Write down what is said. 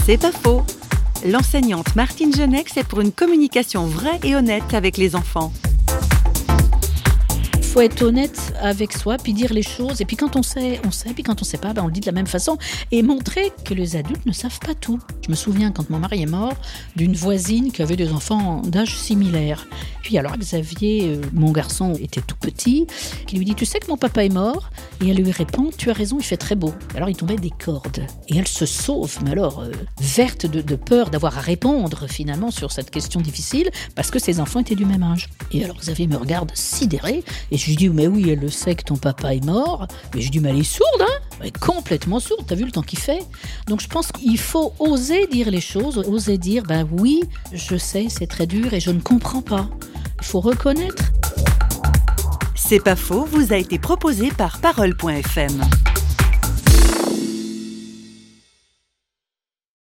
C'est pas faux. L'enseignante Martine Genex est pour une communication vraie et honnête avec les enfants. Il faut être honnête avec soi, puis dire les choses. Et puis quand on sait, puis quand on sait pas, on le dit de la même façon. Et montrer que les adultes ne savent pas tout. Je me souviens, quand mon mari est mort, d'une voisine qui avait des enfants d'âge similaire. Puis alors Xavier, mon garçon, était tout petit, qui lui dit « Tu sais que mon papa est mort ?» Et elle lui répond « Tu as raison, il fait très beau. » Alors il tombait des cordes. Et elle se sauve, mais alors verte de peur d'avoir à répondre finalement sur cette question difficile, parce que ses enfants étaient du même âge. Et alors Xavier me regarde sidéré, et je lui dis « Mais oui, elle le sait que ton papa est mort. » Mais je lui dis « Mais elle est sourde, hein ?» Elle est complètement sourde, t'as vu le temps qu'il fait? Donc je pense qu'il faut oser dire les choses, oser dire « Ben oui, je sais, c'est très dur et je ne comprends pas. » Il faut reconnaître. C'est pas faux vous a été proposé par Parole.fm.